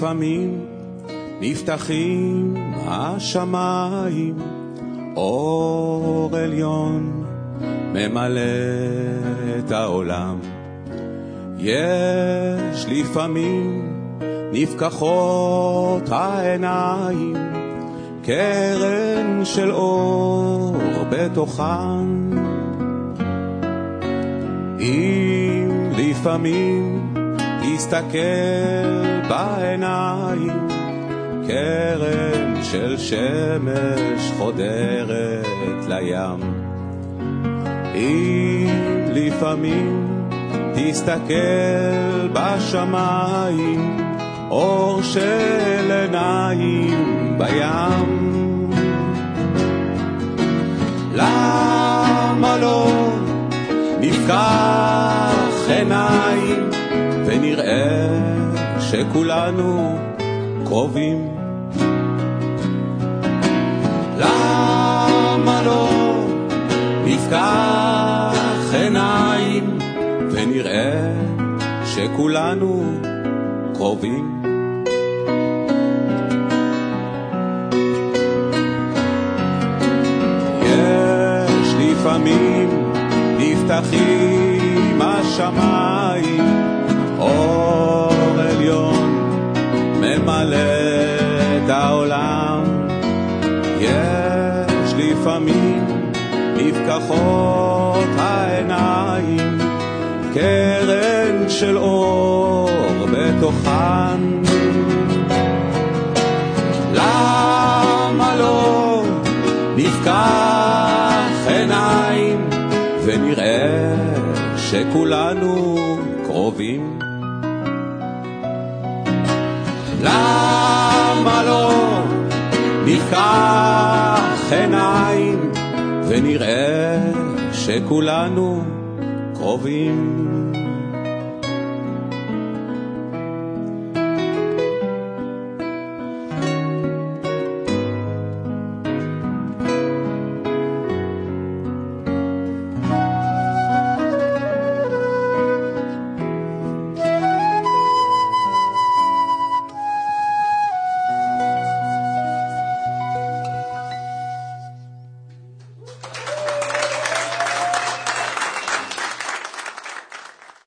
לפעמים נפתחים השמיים, אור עליון ממלא את העולם. יש לפעמים נפקחות העיניים, קרן של אור בתוכן. אם לפעמים תסתכל בעיניים, קרן של שמש חודרת לים. אם לפעמים תסתכל בשמיים, אור של עיניים בים. למה לא נפקח עיניים ונראה שכולנו קרובים? למה לא נפקח עיניים ונראה שכולנו קרובים? יש לפעמים נפתחים השמיים, אור עליון ממלא את העולם. יש לפעמים נפקחות העיניים, קרן של אור בתוכן. למה לא נפקח עיניים ונראה שכולנו קרובים? למה לא נפקח עיניים ונראה שכולנו קרובים?